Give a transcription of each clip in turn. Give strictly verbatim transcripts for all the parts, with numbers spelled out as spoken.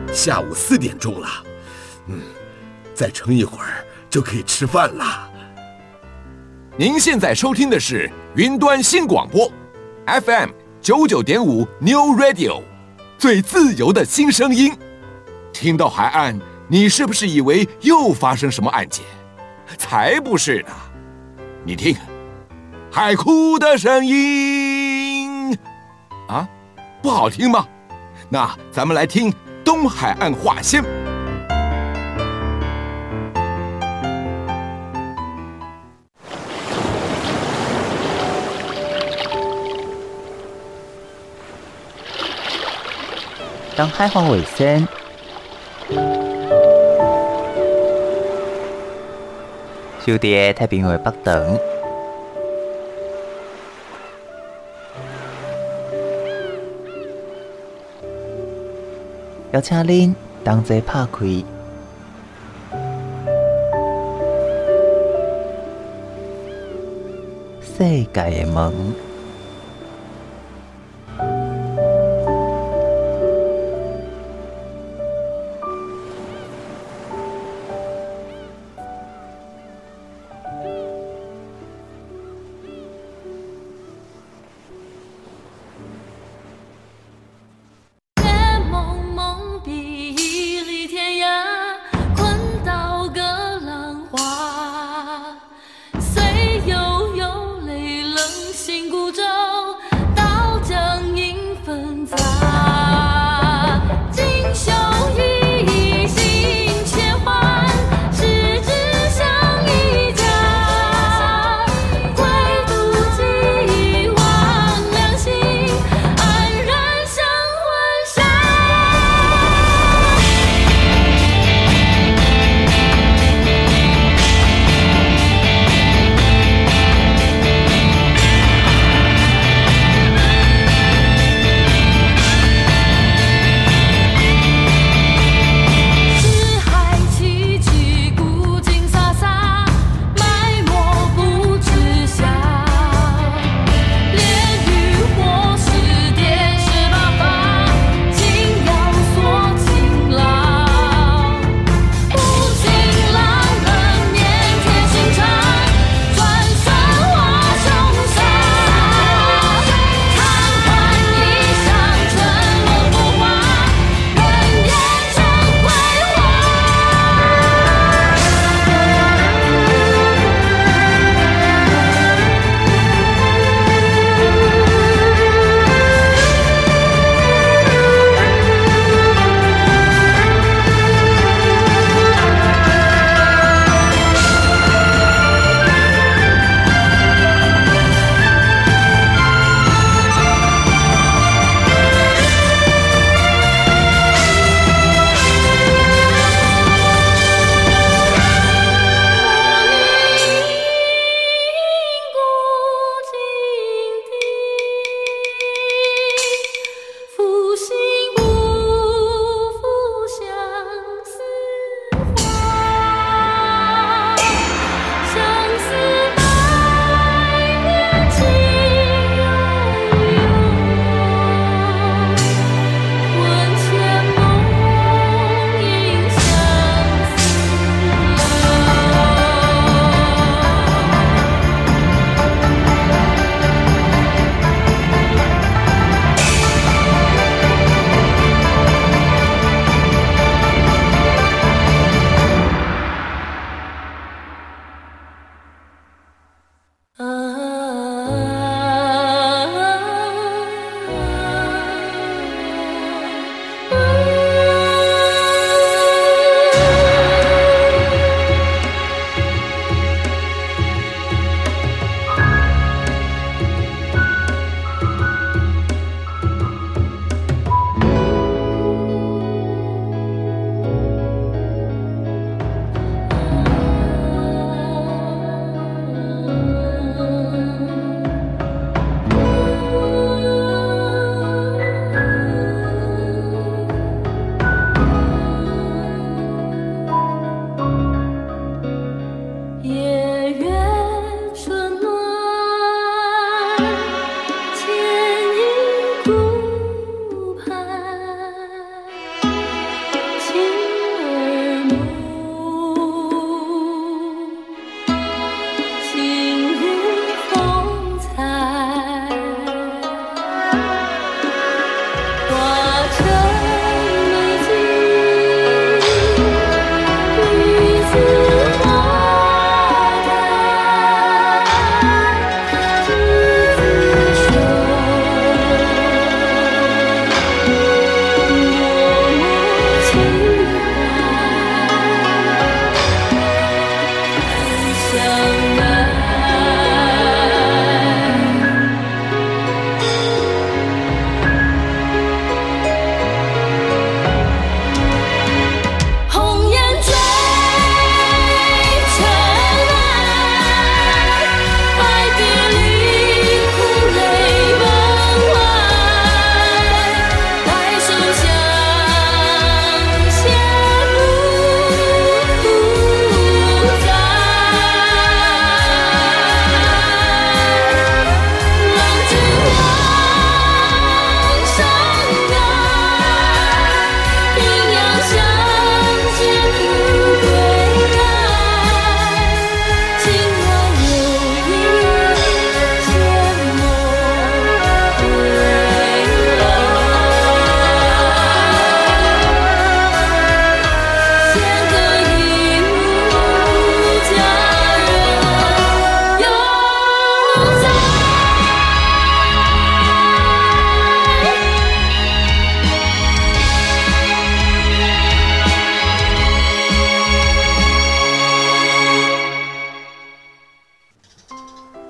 下午四点钟了，嗯，再撑一会儿就可以吃饭了。 您现在收听的是云端新广播 F M 九九点五 New Radio， 最自由的新声音。听到海岸，你是不是以为又发生什么案件？才不是呢！你听，海哭的声音啊，不好听吗？那咱们来听东海岸话先。 当海防卫生，小弟太平洋北长，邀请恁同齐拍开世界的门。 辛苦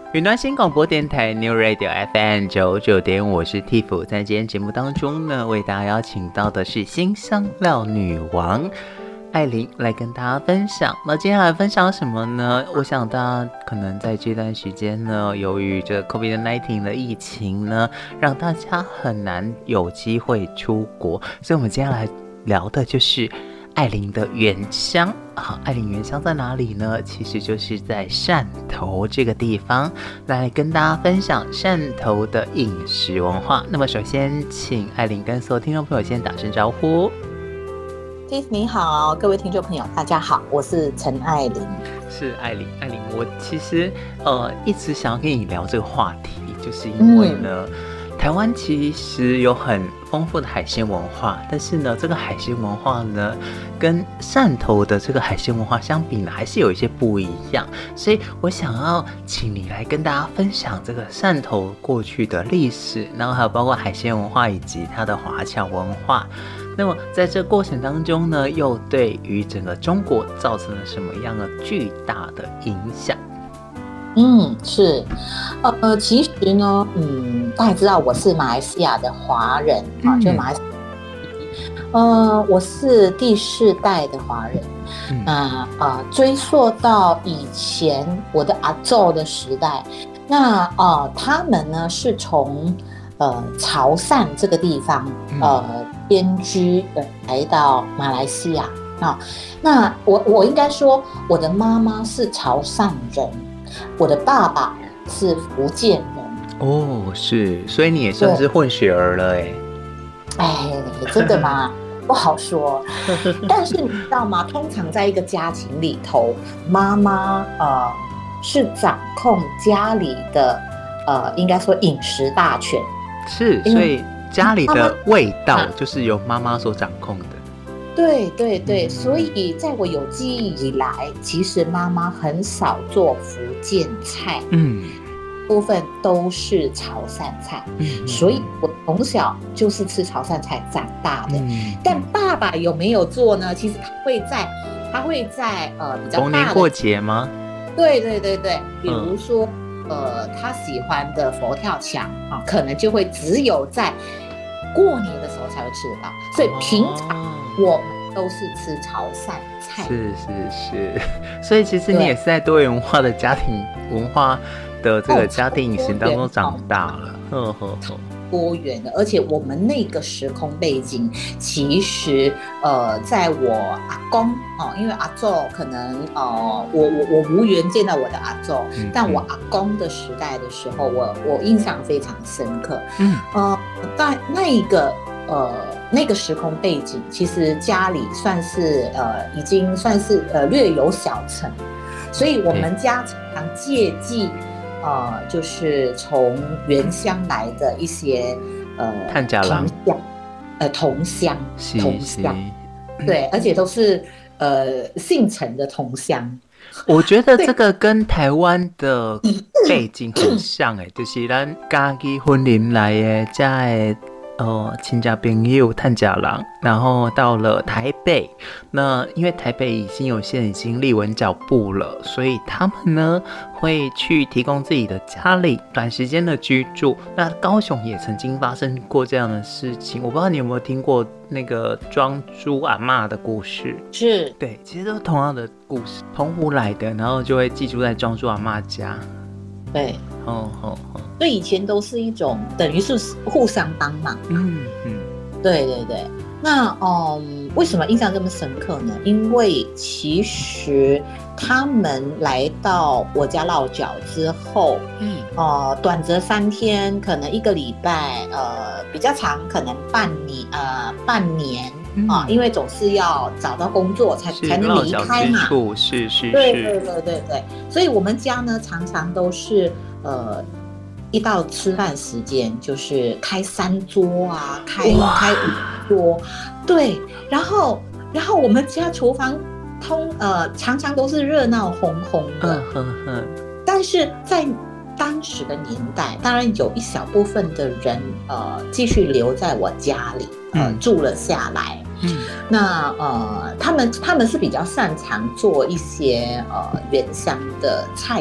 云端新广播电台 New Radio F M 九九点五，我是 Tiff。在今天节目当中呢，为大家邀请到的是辛香料女王艾琳来跟大家分享。那接下来分享什么呢？我想大家可能在这段时间呢，由于这 COVID 十九 的疫情呢，让大家很难有机会出国，所以我们接下来聊的就是艾琳的原乡。好，艾琳原乡在哪里呢？其实就是在汕头这个地方，来跟大家分享汕头的饮食文化。那么首先请艾琳跟所有听众朋友先打声招呼。 Tiff 你好，各位听众朋友大家好，我是陈艾琳。 是艾琳，艾琳，我其实呃一直想要跟你聊这个话题，就是因为呢、嗯、台湾其实有很丰富的海鲜文化，但是呢这个海鲜文化呢跟汕头的这个海鲜文化相比呢还是有一些不一样，所以我想要请你来跟大家分享这个汕头过去的历史，然后还有包括海鲜文化以及它的华侨文化。那么在这过程当中呢，又对于整个中国造成了什么样的巨大的影响？ 嗯，是，呃，其实呢，嗯，大家知道我是马来西亚的华人啊、嗯，就马来西亚，呃，我是第四代的华人。嗯、那呃，追溯到以前我的阿祖的时代，那呃，他们呢是从呃潮汕这个地方呃迁居来到马来西亚啊。那我我应该说，我的妈妈是潮汕人。我的爸爸是福建人哦，是，所以你也算是混血儿了哎。 哎，真的吗？不好说。但是你知道吗？通常在一个家庭里头，妈妈呃是掌控家里的呃，应该说饮食大权。 是，所以家里的味道就是由妈妈所掌控的。 对对对，所以在我有记忆以来，其实妈妈很少做福建菜，嗯，部分都是潮汕菜，嗯，所以我从小就是吃潮汕菜长大的。嗯，但爸爸有没有做呢？其实他会在，他会在呃比较大的逢年过节吗？ 对对对对，比如说、嗯、呃他喜欢的佛跳墙啊，可能就会只有在过年的时候才会吃得到，所以平常我们都是吃潮汕菜。 是是是，所以其实你也是在多元文化的家庭文化的这个家庭饮食当中长大了，呵呵呵。 多元的，而且我们那个时空背景，其实呃，在我阿公哦，因为阿祖可能呃，我我我无缘见到我的阿祖、嗯，但我阿公的时代的时候，我我印象非常深刻。嗯，呃，在那一个呃那个时空背景，其实家里算是呃已经算是呃略有小成，所以我们家常常借记。呃，就是从原乡来的一些呃炭甲郎呃同乡同乡，对，而且都是呃姓陈的同乡。 我觉得这个跟台湾的背景很像诶，就是咱家己婚姻来的这的呃亲戚朋友炭甲郎，然后到了台北，那因为台北已经有些人已经立稳脚步了，所以他们呢会去提供自己的家里短时间的居住。那高雄也曾经发生过这样的事情，我不知道你有没有听过那个庄朱阿嬷的故事？ 是， 对，其实都是同样的故事，澎湖来的，然后就会寄住在庄朱阿嬷家。 对， 哦哦哦， 所以以前都是一种等于是互相帮忙。嗯嗯，对对对。那嗯，为什么印象这么深刻呢？因为其实他们来到我家落脚之后，嗯，呃，短则三天，可能一个礼拜，呃，比较长，可能半年，呃，半年。啊、嗯，因为总是要找到工作才才能离开嘛， 是是是， 对对对对对，所以我们家呢常常都是呃，一到吃饭时间就是开三桌啊，开开五桌，对，然后然后我们家厨房通呃常常都是热闹哄哄的，嗯哼哼，但是在当时的年代，当然有一小部分的人呃继续留在我家里。呃，住了下来。嗯，那呃，他们他们是比较擅长做一些呃原乡的菜肴。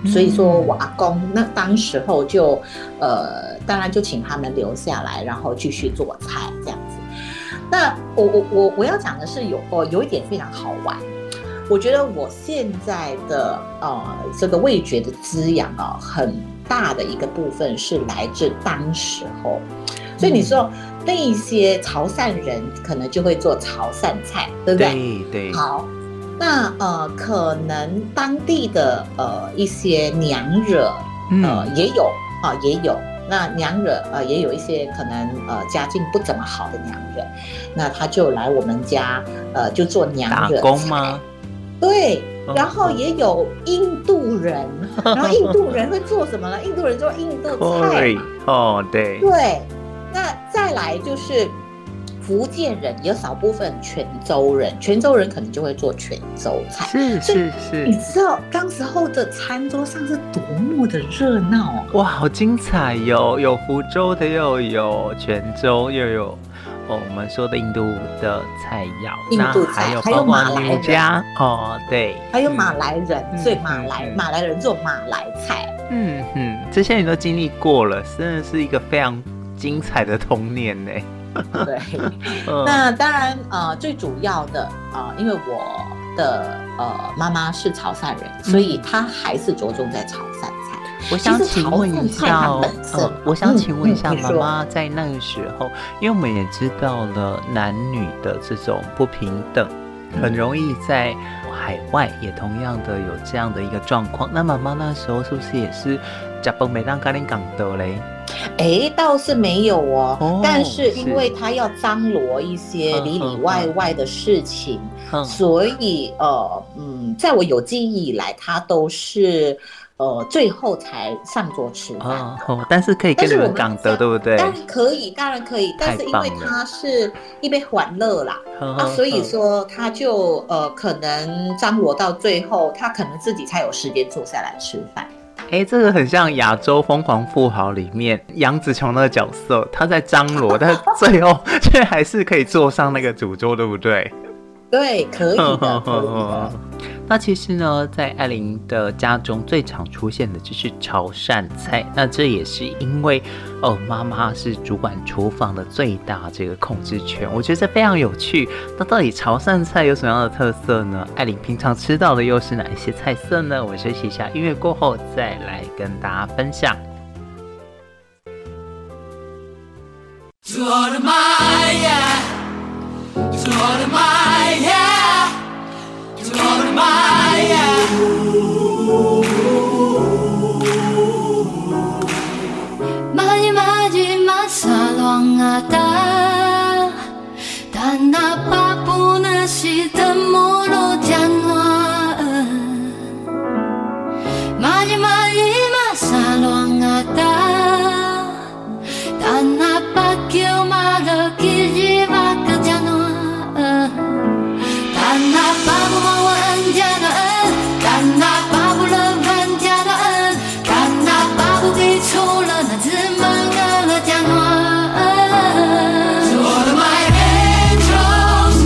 所以说我阿公那当时候就呃，当然就请他们留下来，然后继续做菜这样子。那我我我我要讲的是有哦有一点非常好玩。我觉得我现在的呃这个味觉的滋养啊，很大的一个部分是来自当时候，所以你说、嗯、那一些潮汕人可能就会做潮汕菜，对不对？ 对对。 好，那呃可能当地的呃一些娘惹呃、嗯、也有啊也有，那娘惹呃也有一些可能呃家境不怎么好的娘惹，那他就来我们家呃就做娘惹菜。打工吗？对，然后也有印度人，然后印度人会做什么呢？印度人做印度菜哦，对对。那再来就是福建人，有少部分泉州人，泉州人可能就会做泉州菜。 是是是， 你知道当时候的餐桌上是多么的热闹啊！ 哇，好精彩哟！有福州的，又有泉州，又有。哦，我们说的印度的菜肴， 印度菜， 还有包括女家哦，对， 还有马来人，嗯、所以马来、嗯、马来人做马来菜， 嗯哼，这些你都经历过了，真的是一个非常精彩的童年呢。 对，嗯、那当然呃，最主要的呃，因为我的呃妈妈是潮汕人，所以她还是着重在潮汕菜。 我想请问一下，呃，我想请问一下妈妈，在那个时候，因为我们也知道了男女的这种不平等，很容易在海外也同样的有这样的一个状况。那妈妈那时候是不是也是吃饭没当咖喱港的嘞？ 哎，倒是没有哦，哦但是因为他要张罗一些里里外外的事情，嗯、所以呃嗯，在我有记忆以来，他都是。呃，最后才上桌吃饭的、 哦，但是可以跟你们港的，对不对？ 当然可以，当然可以，但是因为他是一杯欢乐啦，啊，所以说他就呃，可能张罗到最后，他可能自己才有时间坐下来吃饭。 哎，这个很像《亚洲疯狂富豪》里面杨紫琼那个角色，他在张罗，但是最后却还是可以坐上那个主桌，对不对？ 对，可以的，可以的。 那其实呢，在艾琳的家中最常出现的就是潮汕菜，那这也是因为哦，妈妈是主管厨房的最大这个控制权，我觉得这非常有趣。那到底潮汕菜有什么样的特色呢？艾琳平常吃到的又是哪一些菜色呢？我休息一下，音乐过后再来跟大家分享。 Ada tanah papuna si temuro janwa mari mari masaluang ada tanah pakyo malaki jiwa ke janwa tanah pabu mawan janwa tanah pabu levan janwa tanah pabu bichula na zimanga le janwa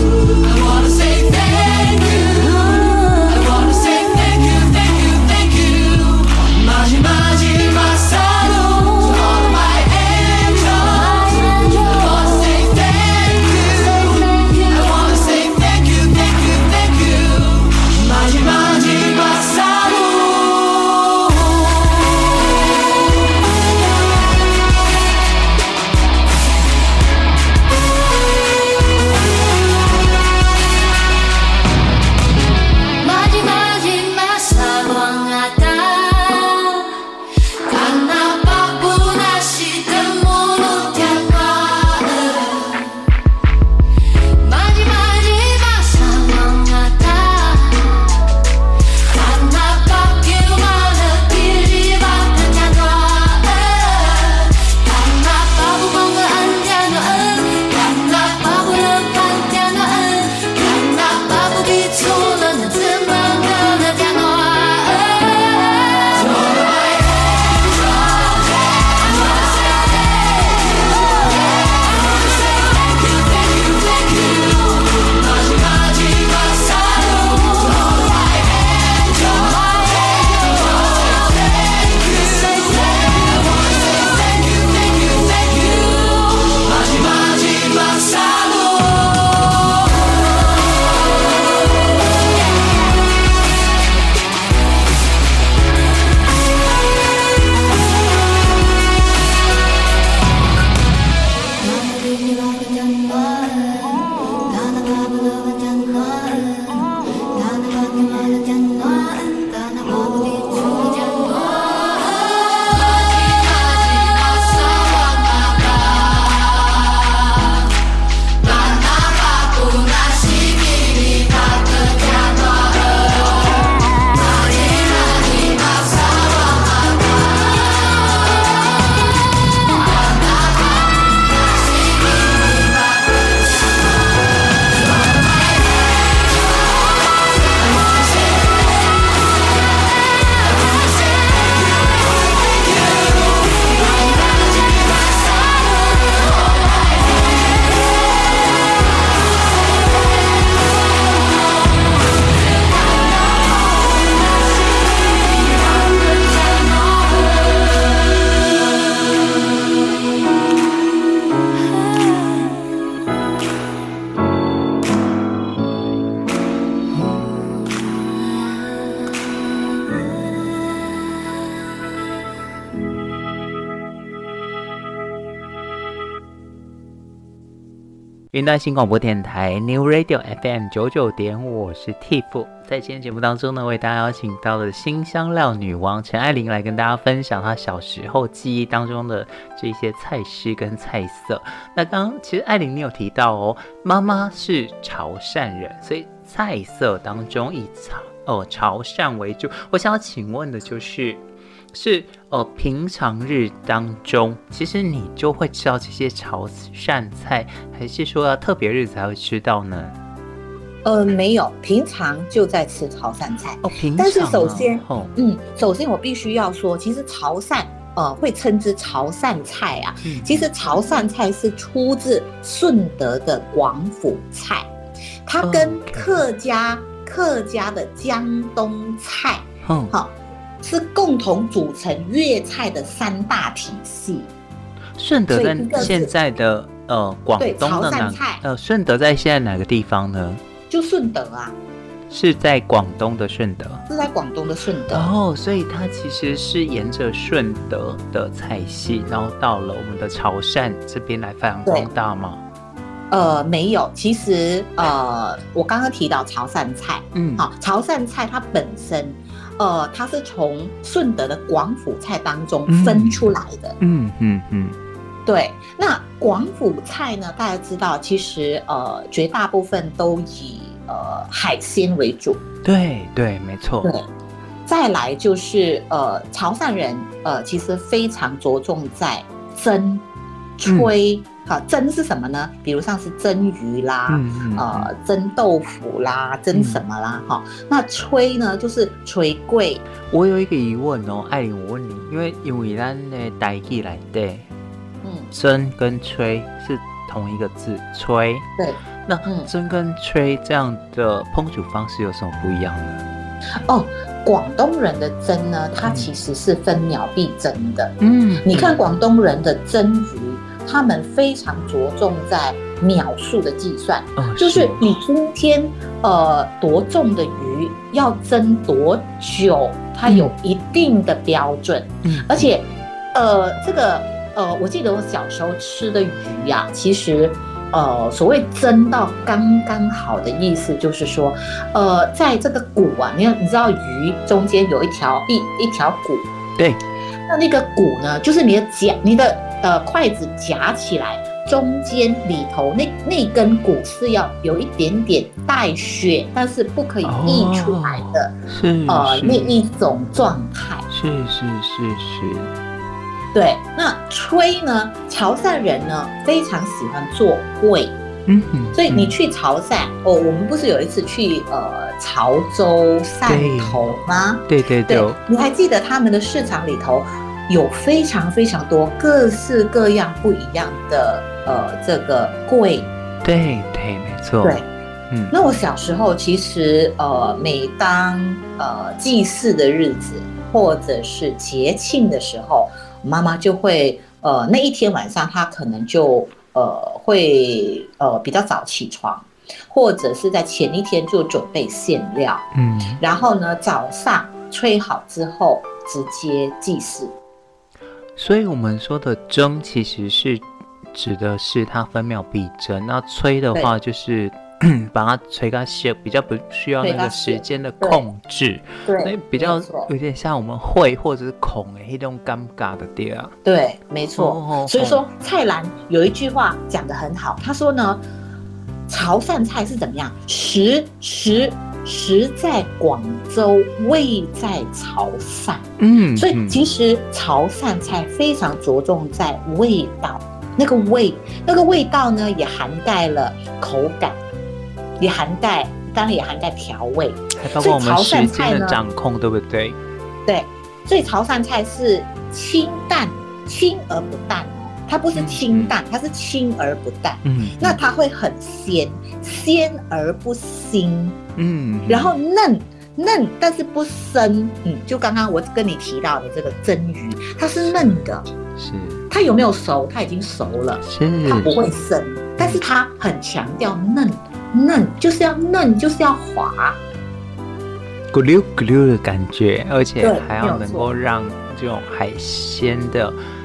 云端新广播电台 New Radio F M 九九点五，我是 Tiff。在今天节目当中呢，为大家邀请到了辛香料女王陈爱玲来跟大家分享她小时候记忆当中的这些菜式跟菜色。那刚刚其实爱玲你有提到哦，妈妈是潮汕人，所以菜色当中以潮哦潮汕为主。我想要请问的就是。是呃，平常日当中，其实你就会吃到这些潮汕菜，还是说要特别日子才会吃到呢？ 呃，没有，平常就在吃潮汕菜。 哦，平常、啊。 但是首先， 哦、 嗯，首先我必须要说，其实潮汕呃会称之潮汕菜啊，嗯、其实潮汕菜是出自顺德的广府菜，它跟客家、哦 okay、客家的江东菜，好、哦。是共同组成粤菜的三大体系。 顺德在现在的呃广东的哪？呃，顺德在现在哪个地方呢？ 就顺德啊。 是在广东的顺德。 是在广东的顺德。 哦，所以它其实是沿着顺德的菜系，然后到了我们的潮汕这边来发扬光大吗？ 呃，没有，其实呃，我刚刚提到潮汕菜，嗯，好，潮汕菜它本身。呃，它是从顺德的广府菜当中分出来的。嗯嗯嗯，对。那广府菜呢，大家知道，其实呃，绝大部分都以呃海鲜为主。对对，没错。对。 再来就是呃，潮汕人呃，其实非常着重在蒸、炊。嗯好，蒸是什么呢？比如像是蒸鱼啦，嗯嗯呃，蒸豆腐啦，蒸什么啦？哈、嗯，那炊呢，就是炊粿。 我有一个疑问哦，艾琳，我问你，因为因为咱的台语来的，嗯，蒸跟炊是同一个字，炊。 对。 那蒸跟炊这样的烹煮方式有什么不一样呢？ 哦，广东人的蒸呢，它其实是分秒必争的。嗯，你看广东人的蒸鱼。他们非常着重在秒数的计算，哦、就是你今天呃多重的鱼要蒸多久，它有一定的标准。嗯，而且呃这个呃，我记得我小时候吃的鱼呀、啊，其实呃所谓蒸到刚刚好的意思，就是说呃在这个骨啊，你你知道鱼中间有一条一一条骨， 对， 那那个骨呢，就是你的夹你的。呃，筷子夹起来，中间里头那那根骨是要有一点点带血，但是不可以溢出来的，哦、 是呃那一种状态。 是是是是。 对，那炊呢，潮汕人呢非常喜欢做粿，嗯哼，所以你去潮汕哦，我们不是有一次去呃潮州、汕头吗？ 对对 对, 对， 你还记得他们的市场里头？有非常非常多各式各样不一样的呃这个粿， 对对，没错。 对，嗯，那我小时候其实呃每当呃祭祀的日子或者是节庆的时候，妈妈就会呃那一天晚上她可能就呃会呃比较早起床，或者是在前一天就准备馅料，嗯，然后呢早上炊好之后直接祭祀。 所以我们说的蒸其实是指的是它分秒必争，那炊的话就是把它炊个些，比较不需要那个时间的控制， 对， 所以比较有点像我们会或者是孔的那种尴尬的地啊。 对，没错。哦、所以说蔡澜有一句话讲得很好，他说呢，潮汕菜是怎么样？食食。食在广州，味在潮汕。嗯，所以其实潮汕菜非常着重在味道，那个味，那个味道呢，也涵盖了口感，也涵盖，当然也涵盖调味， 还包括我们时间的掌控，对不对？ 对，所以潮汕菜是清淡，清而不淡。它不是清淡，它是清而不淡。嗯，那它会很鲜，鲜而不腥。嗯，然后嫩嫩，但是不生。嗯，就刚刚我跟你提到的这个蒸鱼，它是嫩的。 是。 它有没有熟？它已经熟了。 是。 它不会生，但是它很强调嫩，嫩就是要嫩，就是要滑。 咕溜咕溜的感觉，而且还要能够让这种海鲜的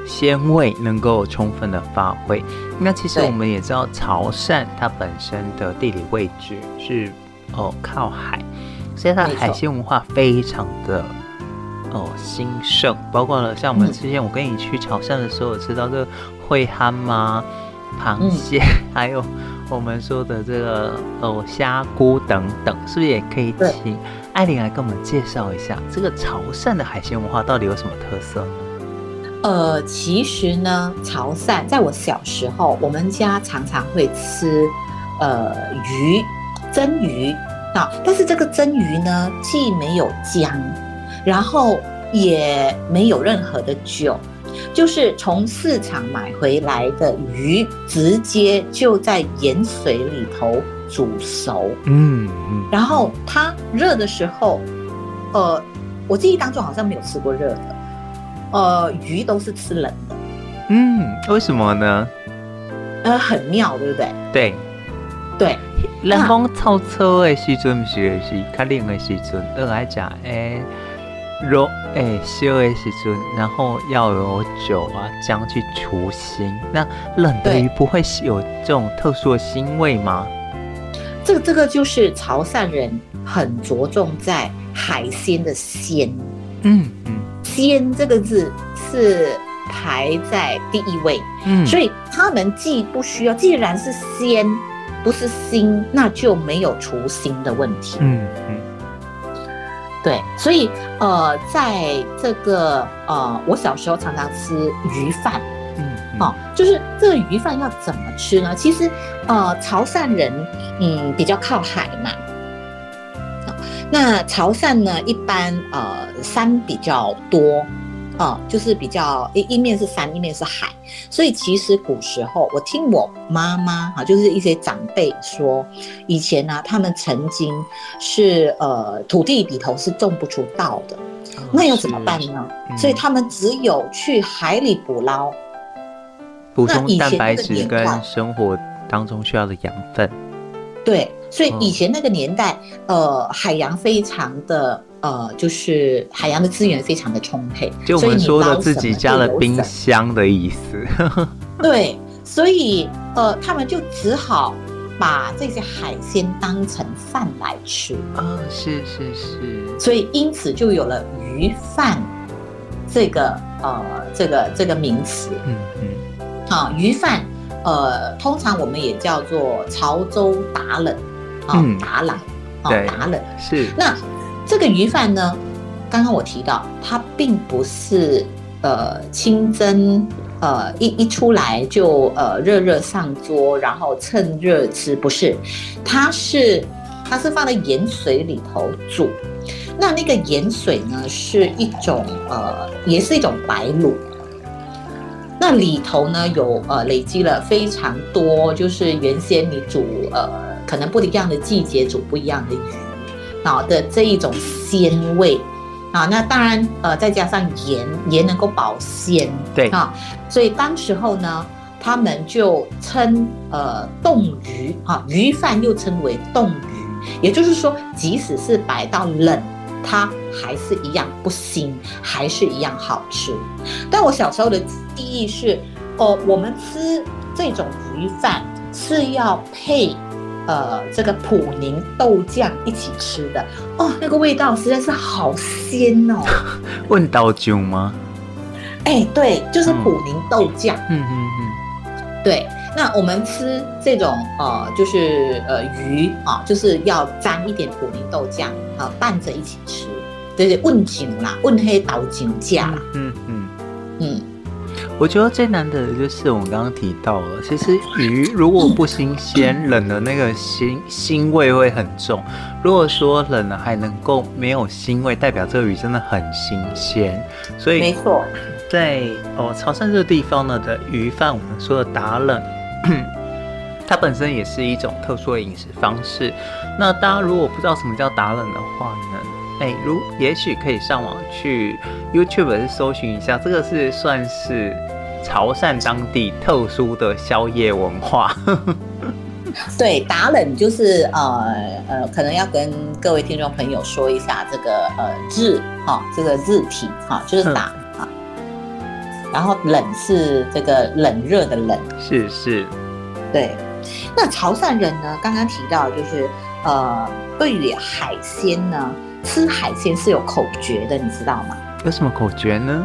鲜味能够充分的发挥。那其实我们也知道，潮汕它本身的地理位置是哦靠海，所以它的海鲜文化非常的哦兴盛，包括了像我们之前我跟你去潮汕的时候，有吃到这个烩蛤蟆、螃蟹，嗯、还有我们说的这个哦虾菇等等，是不是也可以请艾琳来跟我们介绍一下这个潮汕的海鲜文化到底有什么特色呢？ 呃，其实呢，潮汕在我小时候，我们家常常会吃呃鱼，蒸鱼啊，但是这个蒸鱼呢，既没有姜，然后也没有任何的酒，就是从市场买回来的鱼，直接就在盐水里头煮熟，嗯，然后它热的时候，呃，我记忆当中好像没有吃过热的。呃，鱼都是吃冷的， 嗯，为什么呢？ 呃，很妙，对不对？ 对， 对。 咱讲臭臭的时阵，不是是较冷的时阵，而来讲诶肉诶烧的时阵，然后要有酒啊姜去除腥。那冷的鱼不会有这种特殊的腥味吗？ 这个这个就是潮汕人很着重在海鲜的鲜，嗯嗯。鲜这个字是排在第一位，嗯，所以他们既不需要，既然是鲜，不是腥，那就没有除腥的问题，嗯嗯，对，所以呃，在这个呃，我小时候常常吃鱼饭，嗯，嗯哦，就是这个鱼饭要怎么吃呢？其实呃，潮汕人嗯比较靠海嘛。那潮汕呢，一般呃山比较多，啊、呃，就是比较一一面是山，一面是海，所以其实古时候我听我妈妈啊，就是一些长辈说，以前呢、啊，他们曾经是呃土地里头是种不出稻的，哦、那要怎么办呢？嗯、所以他们只有去海里捕捞， 补充蛋白质跟生活当中需要的养分。 对，所以以前那个年代，呃，海洋非常的呃，就是海洋的资源非常的充沛， 就我们说的自己家的冰箱的意思。 对，所以呃，他们就只好把这些海鲜当成饭来吃。 啊、哦，是是是。 所以因此就有了鱼饭这个呃这个这个名词。嗯嗯。啊，鱼饭。呃，通常我们也叫做潮州打冷，啊、哦，嗯、打冷，哦，打冷是。 那这个鱼饭呢，刚刚我提到，它并不是呃清蒸，呃一一出来就呃热热上桌，然后趁热吃，不是，它是它是放在盐水里头煮。那那个盐水呢，是一种呃，也是一种白卤。那里头呢有呃累积了非常多，就是原先你煮呃可能不一样的季节煮不一样的鱼啊的这一种鲜味啊，那当然呃再加上盐，盐能够保鲜， 对啊，所以当时候呢他们就称呃冻鱼啊，鱼饭又称为冻鱼，也就是说即使是摆到冷，它还是一样不腥，还是一样好吃。但我小时候的记忆是，哦，我们吃这种鱼饭是要配呃这个普宁豆酱一起吃的哦，那个味道实在是好鲜哦。 问豆酱吗？ 哎，对，就是普宁豆酱。嗯嗯嗯，对。那我们吃这种呃，就是呃鱼啊，就是要沾一点普宁豆酱啊，拌着一起吃，对对，问酒啦，问黑豆酱架啦，嗯嗯嗯。我觉得最难得的就是我们刚刚提到了，其实鱼如果不新鲜，冷的那个腥腥味会很重。如果说冷了还能够没有腥味，代表这个鱼真的很新鲜。所以没错， 在哦潮汕这个地方呢的鱼饭，我们说的打冷。它本身也是一种特殊的饮食方式。那大家如果不知道什么叫打冷的话呢，哎，如也许可以上网去 YouTube 搜寻一下，这个是算是潮汕当地特殊的宵夜文化。 对，打冷就是呃呃，可能要跟各位听众朋友说一下这个呃日哈、哦，这个日体哈、哦，就是打。嗯然后冷是这个冷热的冷， 是是， 对。那潮汕人呢，刚刚提到就是呃，对于海鲜呢，吃海鲜是有口诀的，你知道吗？ 有什么口诀呢？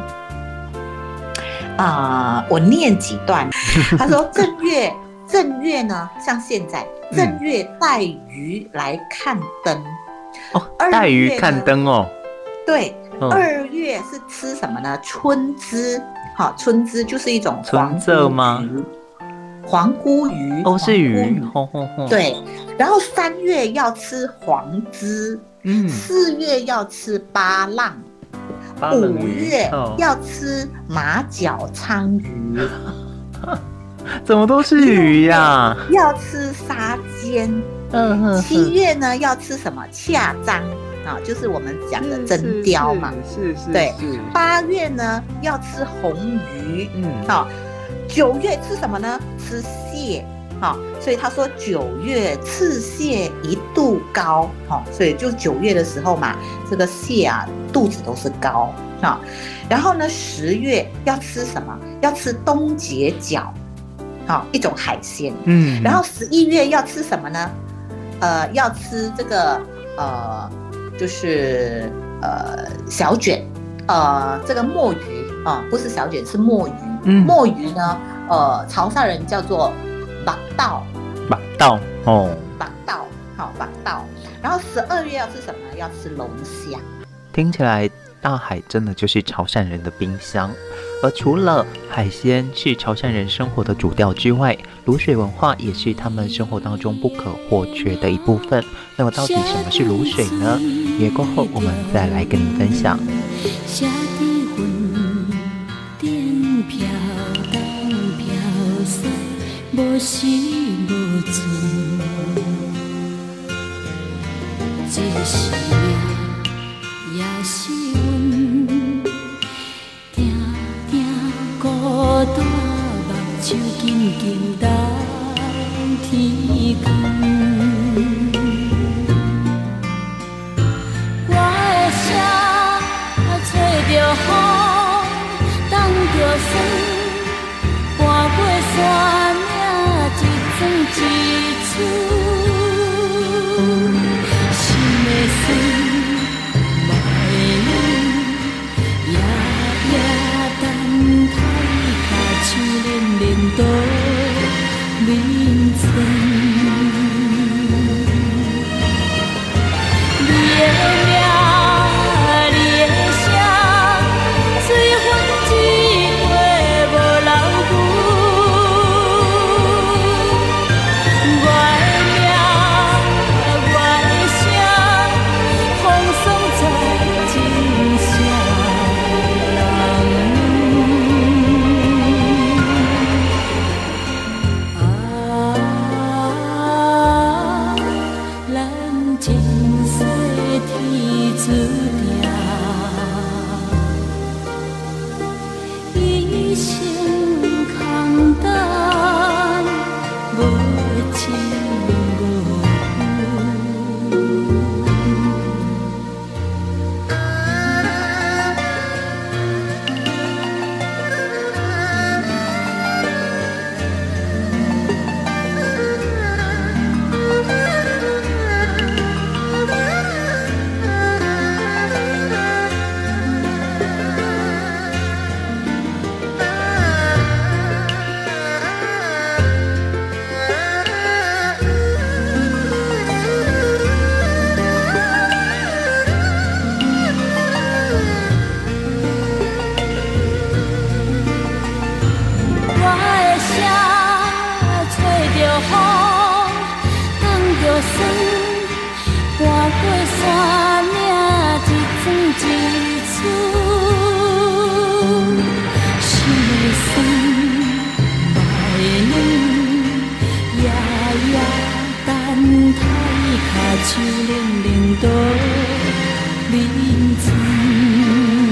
啊、呃，我念几段。他说正月正月呢，像现在正月带鱼来看灯。 哦，带鱼看灯哦。 对，嗯、二月是吃什么呢？春枝，好，春枝就是一种黄色吗？ 黄菇鱼哦，是鱼，吼吼吼。 对，然后三月要吃黄枝，嗯，四月要吃巴浪，五月要吃马脚鲳鱼， 怎么都是鱼呀、啊？ 要吃沙尖，嗯，七月呢要吃什么？恰章啊，就是我们讲的真鲷嘛， 是是， 对。八月呢要吃红鱼，嗯，好。九月吃什么呢？吃蟹，好、哦，所以他说九月吃蟹一肚高，好、哦，所以就九月的时候嘛，这个蟹啊肚子都是高啊、哦。然后呢，十月要吃什么？要吃东结角，好、哦，一种海鲜，嗯。然后十一月要吃什么呢？呃，要吃这个呃，就是呃小卷，呃，这个墨鱼啊、哦，不是小卷，是墨鱼。嗯、墨鱼呢，呃，潮汕人叫做白道， 白道哦， 白道，好，白道。然后十二月要吃什么呢？要吃龙虾。 听起来大海真的就是潮汕人的冰箱。而除了海鲜是潮汕人生活的主调之外，卤水文化也是他们生活当中不可或缺的一部分。那么到底什么是卤水呢？也过后我们再来跟您分享。 无时无存，这是命，也是运。定定孤单，目睭紧紧等天光。我的声找着风，等着霜，跋过山。一出，心的酸，目的冷，夜夜等待，脚手冷冷都冷存。你的名，你的声，随风一过无留痕。手冷冷都冷存。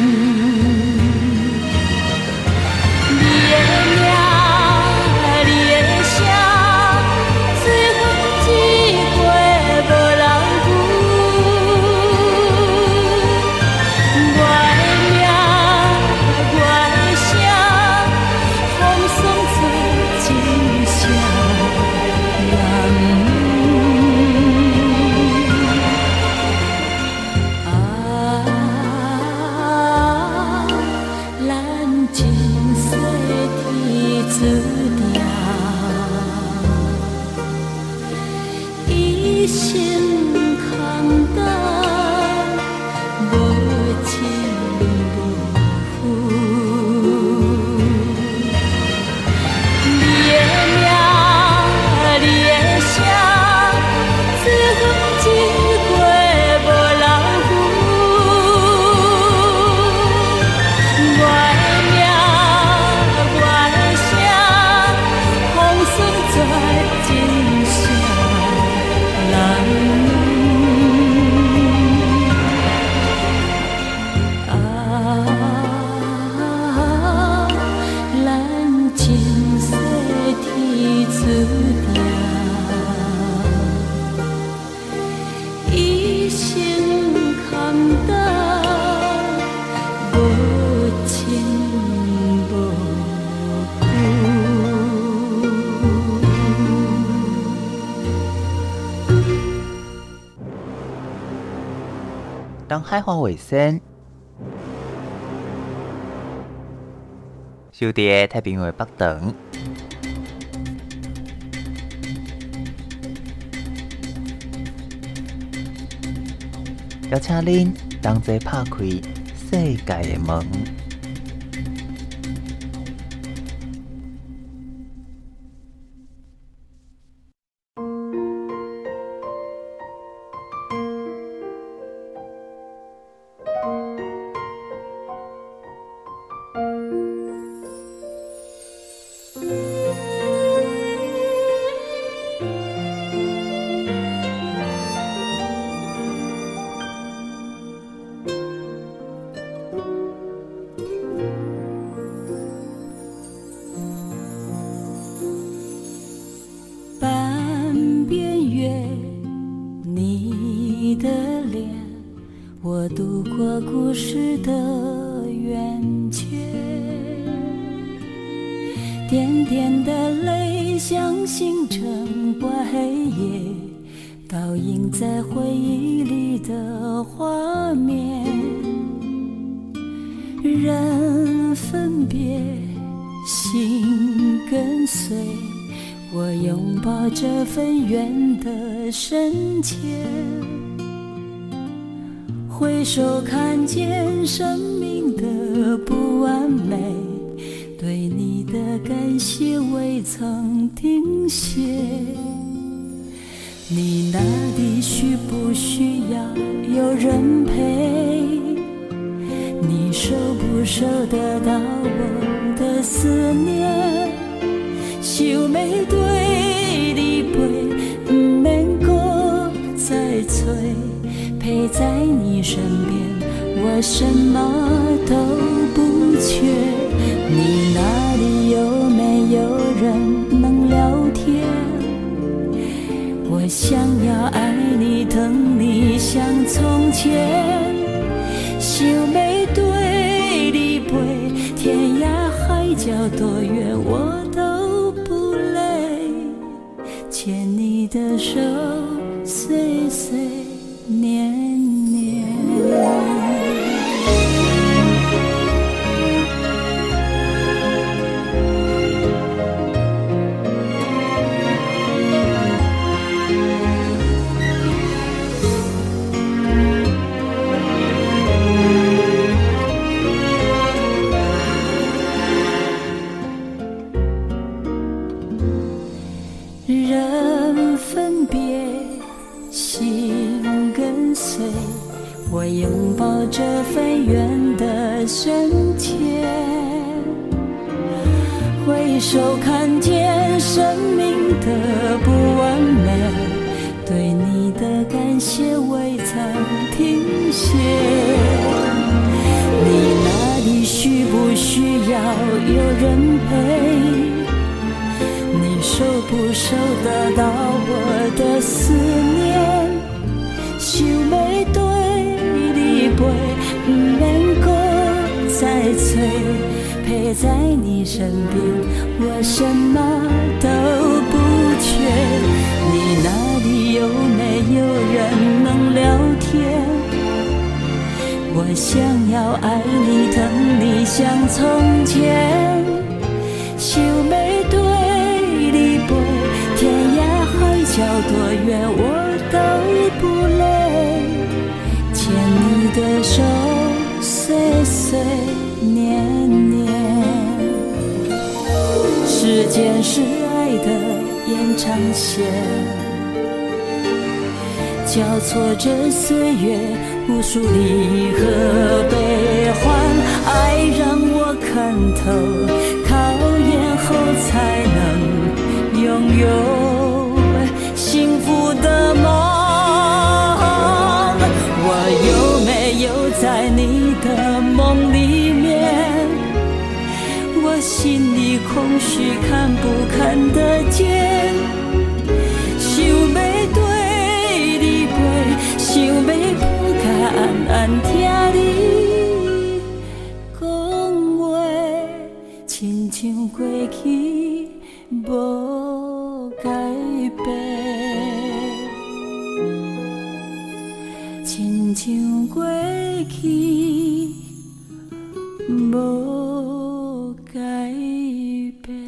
当海花尾声，小弟太平洋北等，邀请恁同齐拍开世界的门。 点点的泪像星辰挂黑夜，倒映在回忆里的画面。人分别，心跟随，我拥抱这份缘的深切。回首看见生命的不完美，对你的感谢未曾停歇。你那里需不需要有人陪？你收不收得到我的思念？想要对你陪，不免搁再催，陪在你身边，我什么都不缺。你那里有没有人能聊天？我想要爱你疼你像从前，想要对你陪，天涯海角多远我都不累，牵你的手岁岁年年。人分别，心跟随，我拥抱这份缘的深切。回首看见生命的不完美，对你的感谢未曾停歇。你那里需不需要有人陪？你收不收得到我的思念？想要对你陪，不免搁再催，陪在你身边，我什么都不缺。你那里有没有人能聊天？我想要爱你疼你像从前，想要对天涯海角多远我都不累，牵你的手，岁岁年年。时间是爱的延长线，交错着岁月，无数离合悲欢。爱让我看透，考验后才能拥有幸福的梦。我有没有在你的梦里面？我心里空虚，看不看得见？想要对你陪，想要不敢安安听你讲话，亲像过去无改变，亲像过去无改变。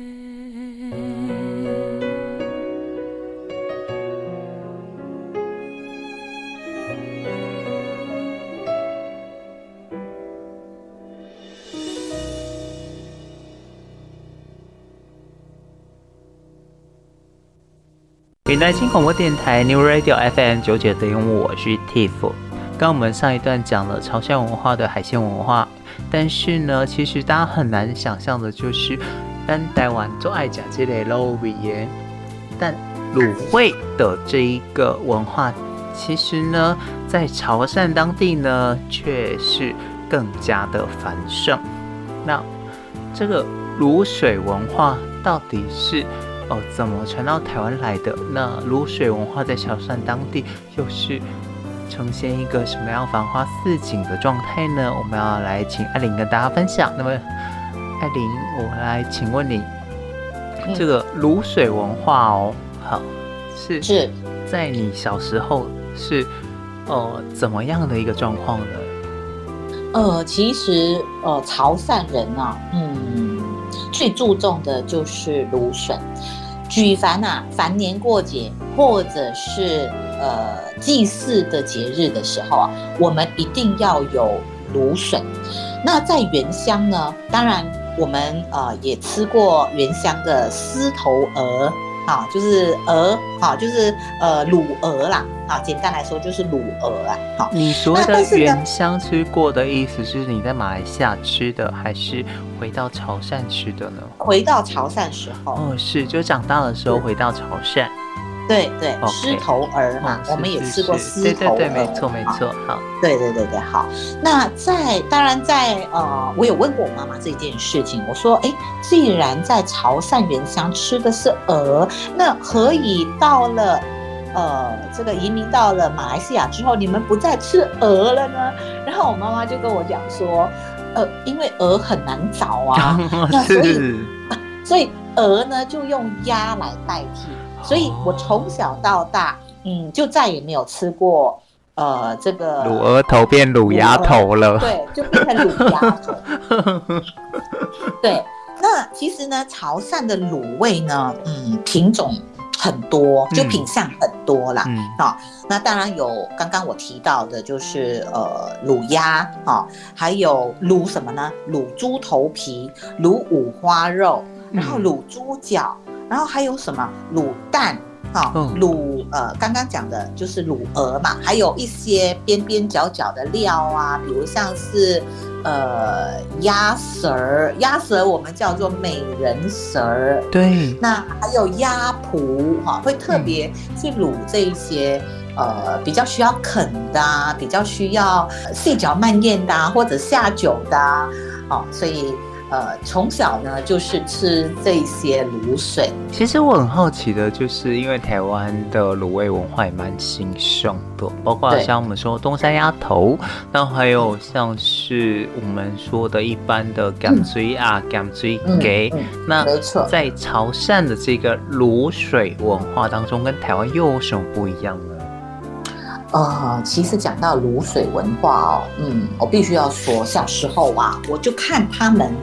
云南新广播电台 New Radio F M 九九点五，我是 Tiff。刚我们上一段讲了潮汕文化的海鲜文化，但是呢，其实大家很难想象的就是，咱台湾最爱吃这类卤味耶，但卤味的这一个文化，其实呢，在潮汕当地呢，却是更加的繁盛。那这个卤水文化到底是？哦，怎么传到台湾来的？那卤水文化在潮汕当地又是呈现一个什么样繁花似锦的状态呢？我们要来请艾琳跟大家分享。那么，艾琳，我来请问你，嗯、这个卤水文化哦，好，是是在你小时候是呃怎么样的一个状况呢？ 呃，其实呃，潮汕人啊，嗯，最注重的就是芦笋。举凡啊凡年过节或者是呃祭祀的节日的时候啊，我们一定要有芦笋。那在原乡呢，当然我们呃也吃过原乡的狮头鹅。啊，就是鹅，啊，就是呃卤鹅啦，啊，简单来说就是卤鹅啦。好， 你所谓的原乡吃过的意思是你在马来西亚吃的，还是回到潮汕吃的呢？ 回到潮汕时候， 哦，是，就长大的时候回到潮汕。 对对，狮头鹅嘛，我们也吃过狮头鹅， 对对对，没错没错，好， 对对对对，好。那在当然在呃，我有问过我妈妈这件事情，我说，哎，既然在潮汕原乡吃的是鹅，那何以到了呃这个移民到了马来西亚之后，你们不再吃鹅了呢？然后我妈妈就跟我讲说，呃，因为鹅很难找啊，那所以所以鹅呢就用鸭来代替。所以我从小到大，嗯，就再也没有吃过，呃，这个卤鹅头变卤鸭头了， 对，就变成卤鸭头。对，那其实呢，潮汕的卤味呢，嗯，品种很多，就品相很多啦。嗯，好、哦，那当然有刚刚我提到的，就是呃卤鸭啊、哦，还有卤什么呢？卤猪头皮、卤五花肉，然后卤猪脚。然后还有什么卤蛋啊、哦，卤呃，刚刚讲的就是卤鹅嘛，还有一些边边角角的料啊，比如像是呃鸭舌，鸭舌我们叫做美人舌， 对， 那还有鸭脯哈、哦，会特别去卤这一些。呃，比较需要啃的、啊，比较需要细嚼慢咽的、啊，或者下酒的、啊，哦，所以。呃，从小呢就是吃这些卤水。 其实我很好奇的，就是因为台湾的卤味文化也蛮兴盛的，包括像我们说东山鸭头，然后还有像是我们说的一般的咸水啊、咸水鸡。那在潮汕的这个卤水文化当中，跟台湾又有什么不一样呢？ 呃，其实讲到卤水文化哦，嗯，我必须要说，小时候啊，我就看他们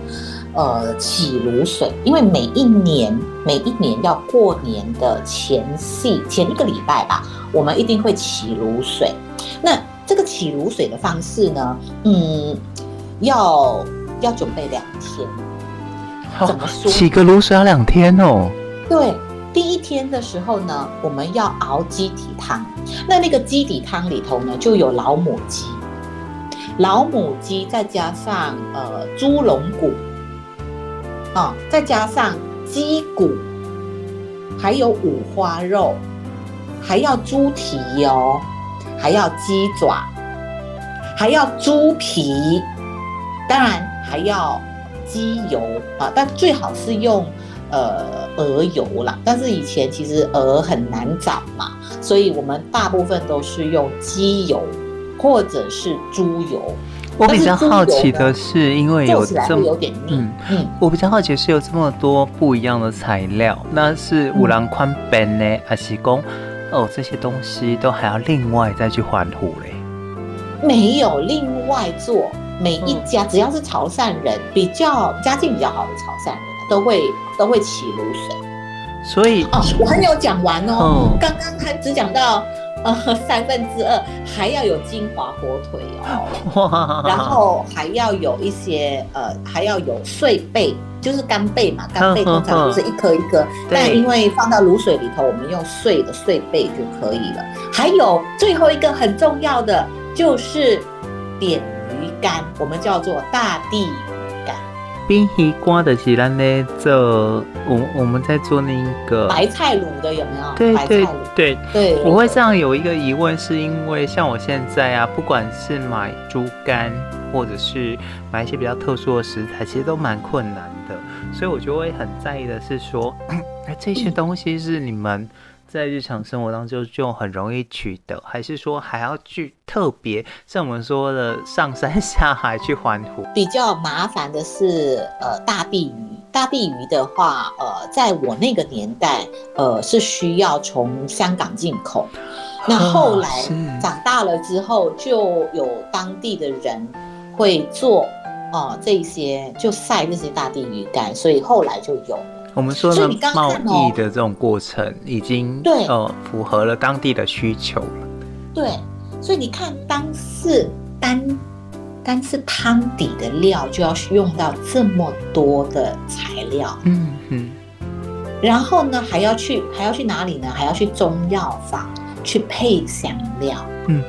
呃起炉水，因为每一年每一年要过年的前夕前一个礼拜吧，我们一定会起炉水。那这个起炉水的方式呢，嗯，要要准备两天。怎么说？ 起个炉水要两天哦。 对。第一天的时候呢，我们要熬鸡底汤。那那个鸡底汤里头呢，就有老母鸡，老母鸡再加上呃猪龙骨，啊、哦，再加上鸡骨，还有五花肉，还要猪蹄哦，还要鸡爪，还要猪皮，当然还要鸡油啊，但最好是用。呃，鹅油啦，但是以前其实鹅很难找嘛，所以我们大部分都是用鸡油或者是猪油。 我比较好奇的是，因为有这么有点腻，嗯嗯，我比较好奇是有这么多不一样的材料，那是五郎宽本呢，还是讲哦这些东西都还要另外再去还湖嘞？ 没有另外做，每一家、嗯、只要是潮汕人，比较家境比较好的潮汕人。都会都会起炉水， 所以哦，我还没有讲完哦，刚刚还只讲到呃三分之二，还要有金华火腿哦，然后还要有一些呃还要有碎贝，就是干贝嘛，干贝通常就是一颗一颗，但因为放到卤水里头，我们用碎的碎贝就可以了。还有最后一个很重要的就是点鱼干，我们叫做大地鱼。 冰鱼干的是咱咧做，我我们在做那个白菜卤的有没有？ 对对对对， 我会这样有一个疑问，是因为像我现在啊，不管是买猪肝，或者是买一些比较特殊的食材，其实都蛮困难的，所以我就会很在意的是说，这些东西是你们在日常生活当中就很容易取得，还是说还要去特别像我们说的上山下海去环湖？ 比较麻烦的是呃大地鱼，大地鱼的话，呃，在我那个年代，呃是需要从香港进口。那后来长大了之后，就有当地的人会做哦、呃、这些，就晒这些大地鱼干，所以后来就有。 我们说的贸易的这种过程已经对呃符合了当地的需求了。 对，所以你看，单是单单是汤底的料就要用到这么多的材料，嗯嗯，然后呢还要去还要去哪里呢？还要去中药房去配香料，嗯。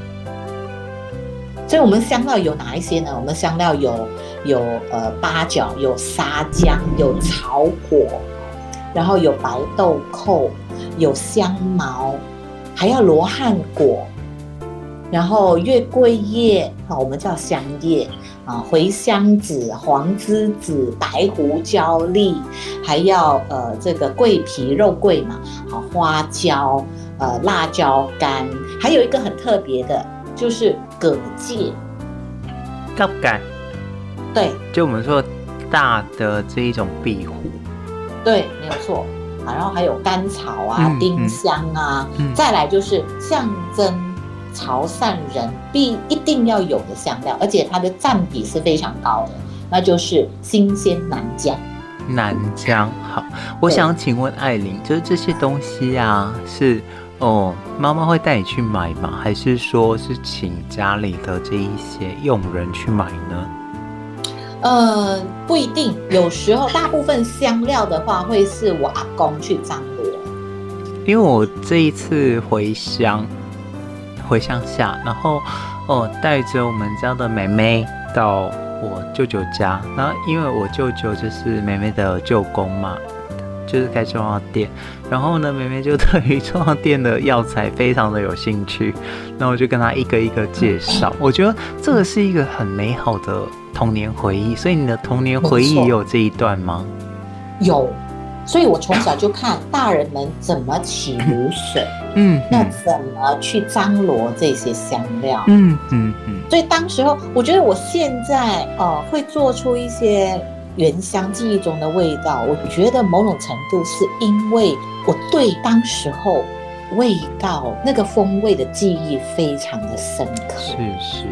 所以我们香料有哪一些呢？我们香料有有呃八角，有沙姜，有草果，然后有白豆蔻，有香茅，还要罗汉果，然后月桂叶啊，我们叫香叶啊，茴香籽、黄栀子、白胡椒粒，还要呃这个桂皮肉桂嘛，好花椒，呃辣椒干，还有一个很特别的。就是蛤蚧， 蛤蚧， 对， 就我们说大的这一种壁虎， 对，没有错。然后还有甘草啊、嗯、丁香啊、嗯，再来就是象征潮汕人必一定要有的香料，而且它的占比是非常高的，那就是新鲜南姜。 南姜，好，我想请问艾琳，就是这些东西啊，是。哦，妈妈会带你去买吗？还是说是请家里的这一些佣人去买呢？ 呃，不一定，有时候大部分香料的话会是我阿公去张罗。 因为我这一次回乡，回乡下，然后哦带着我们家的妹妹到我舅舅家，然后因为我舅舅就是妹妹的舅公嘛。就是开中药店，然后呢，妹妹就对于中药店的药材非常的有兴趣，然后我就跟她一个一个介绍。我觉得这个是一个很美好的童年回忆，所以你的童年回忆也有这一段吗？ 有，所以我从小就看大人们怎么起卤水，嗯，那怎么去张罗这些香料，嗯嗯嗯。所以当时候，我觉得我现在呃会做出一些。原乡记忆中的味道，我觉得某种程度是因为我对当时候味道那个风味的记忆非常的深刻。 是是，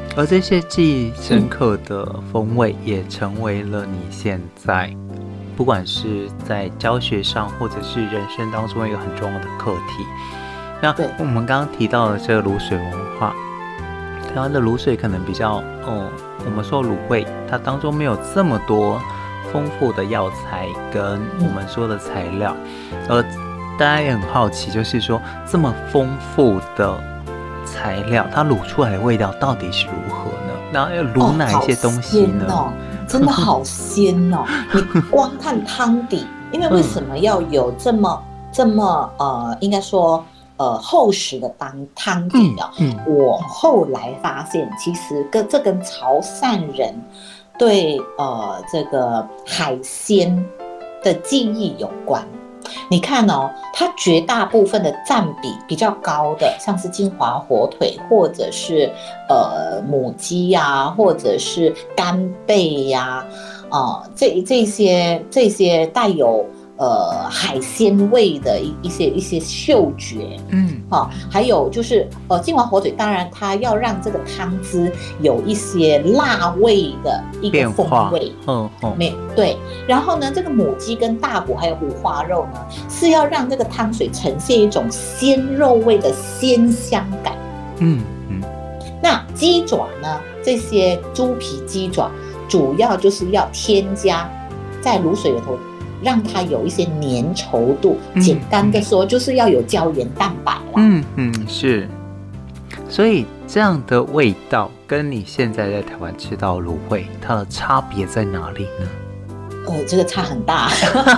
而这些记忆深刻的风味，也成为了你现在不管是在教学上，或者是人生当中一个很重要的课题。那我们刚刚提到的这个卤水文化，台湾的卤水可能比较，哦，我们说卤味，它当中没有这么多丰富的药材跟我们说的材料，而大家也很好奇，就是说这么丰富的材料，它卤出来的味道到底是如何呢？那要卤哪一些东西呢？ 哦，真的好鲜哦！你光看汤底，因为为什么要有这么这么呃，应该说呃厚实的汤汤底啊？嗯嗯、我后来发现，其实跟这跟潮汕人对呃这个海鲜的记忆有关。你看哦，它绝大部分的占比比较高的，像是金华火腿，或者是呃母鸡呀、啊，或者是干贝呀、啊，啊、呃，这这些这些带有呃海鲜味的一一些一些嗅觉，嗯，好、哦，还有就是呃金华火腿，当然它要让这个汤汁有一些辣味的一个风味，嗯嗯，没对。然后呢，这个母鸡跟大骨还有五花肉呢，是要让这个汤水呈现一种鲜肉味的鲜香感，嗯嗯。那鸡爪呢，这些猪皮鸡爪主要就是要添加在卤水里头。让它有一些粘稠度，嗯、简单的说，就是要有胶原蛋白啦。 嗯嗯，是。所以这样的味道跟你现在在台湾吃到的卤味，它的差别在哪里呢？ 呃，这个差很大。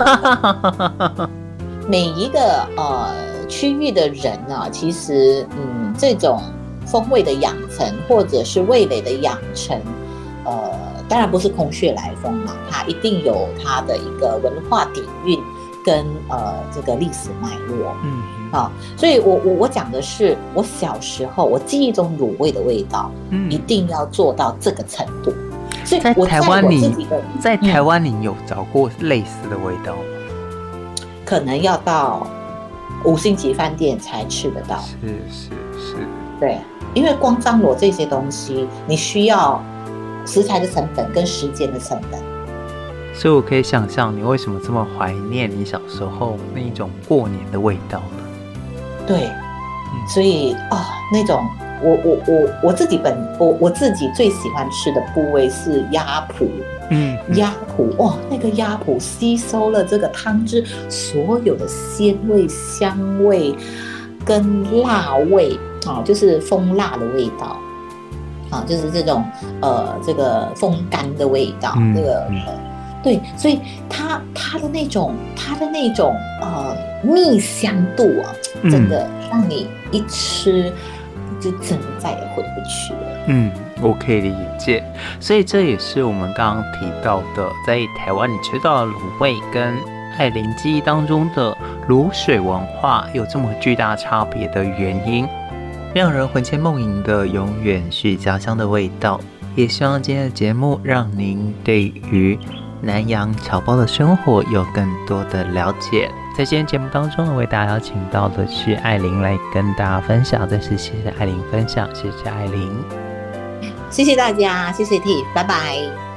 每一个呃区域的人啊，其实嗯，这种风味的养成或者是味蕾的养成，呃。当然不是空穴来风嘛，它一定有它的一个文化底蕴跟呃这个历史脉络，嗯，啊，所以我我我讲的是我小时候我记忆中卤味的味道，嗯，一定要做到这个程度。所以在台湾你在台湾你有找过类似的味道吗？ 可能要到五星级饭店才吃得到。 是是是， 对，因为光张罗这些东西，你需要食材的成本跟时间的成本， 所以我可以想象你为什么这么怀念你小时候那一种过年的味道了。 对，嗯、所以哦，那种我我我我自己本我我自己最喜欢吃的部位是鸭脯，嗯，鸭脯哇，那个鸭脯吸收了这个汤汁所有的鲜味、香味跟辣味啊、哦，就是蜂辣的味道。啊，就是这种呃，这个风干的味道，嗯、这个、呃、对，所以它它的那种它的那种呃蜜香度啊，真的让你一吃就真的再也回不去了。 嗯，我可以理解，所以这也是我们刚刚提到的，在台湾你吃到的卤味跟艾琳记忆当中的卤水文化有这么巨大差别的原因。让人魂牵梦萦的永远是家乡的味道，也希望今天的节目让您对于南洋侨胞的生活有更多的了解。在今天节目当中为大家邀请到的是艾琳来跟大家分享，再次谢谢艾琳分享，谢谢艾琳， 谢谢大家，谢谢 T， 拜拜。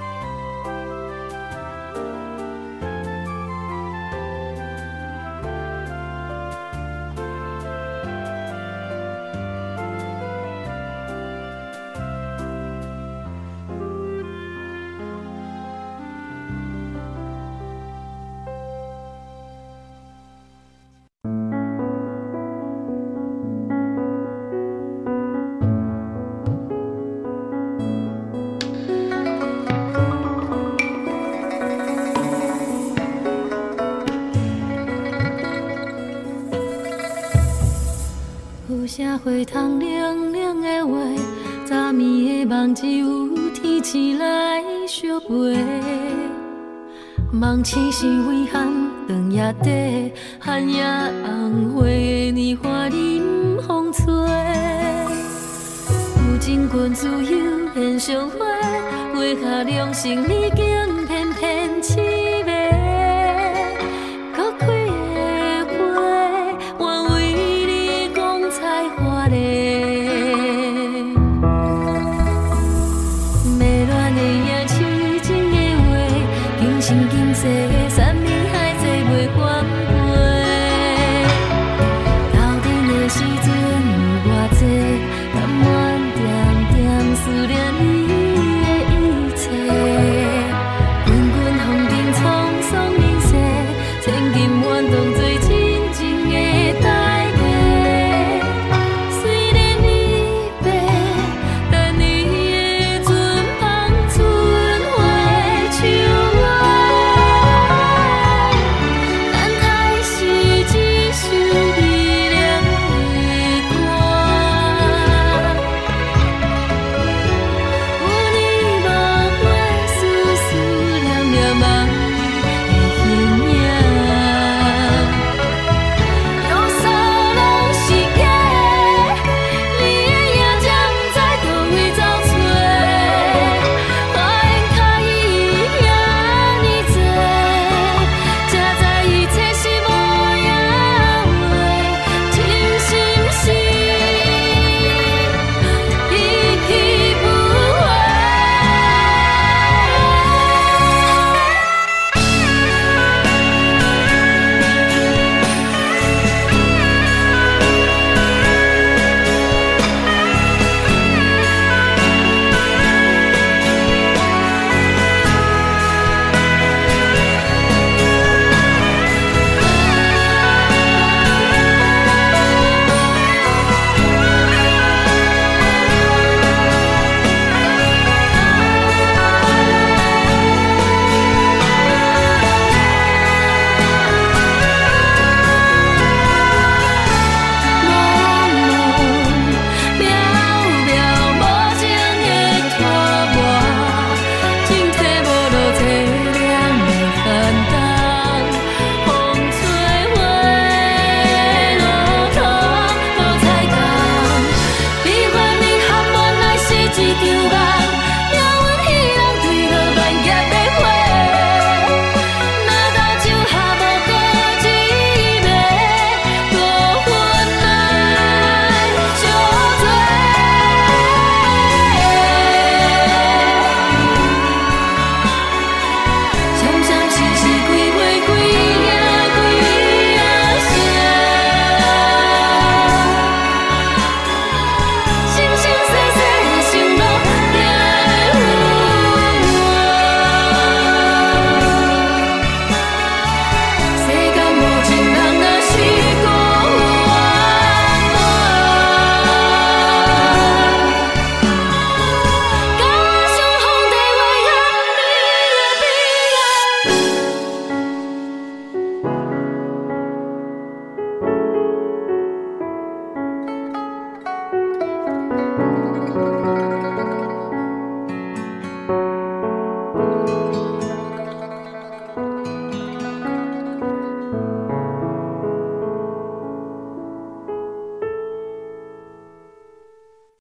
啥花通凉凉的话，早暝的梦只有天星来相陪。梦醒是微寒长夜底，寒夜红花的年华任风吹。有情君自由现相会，花下良心已经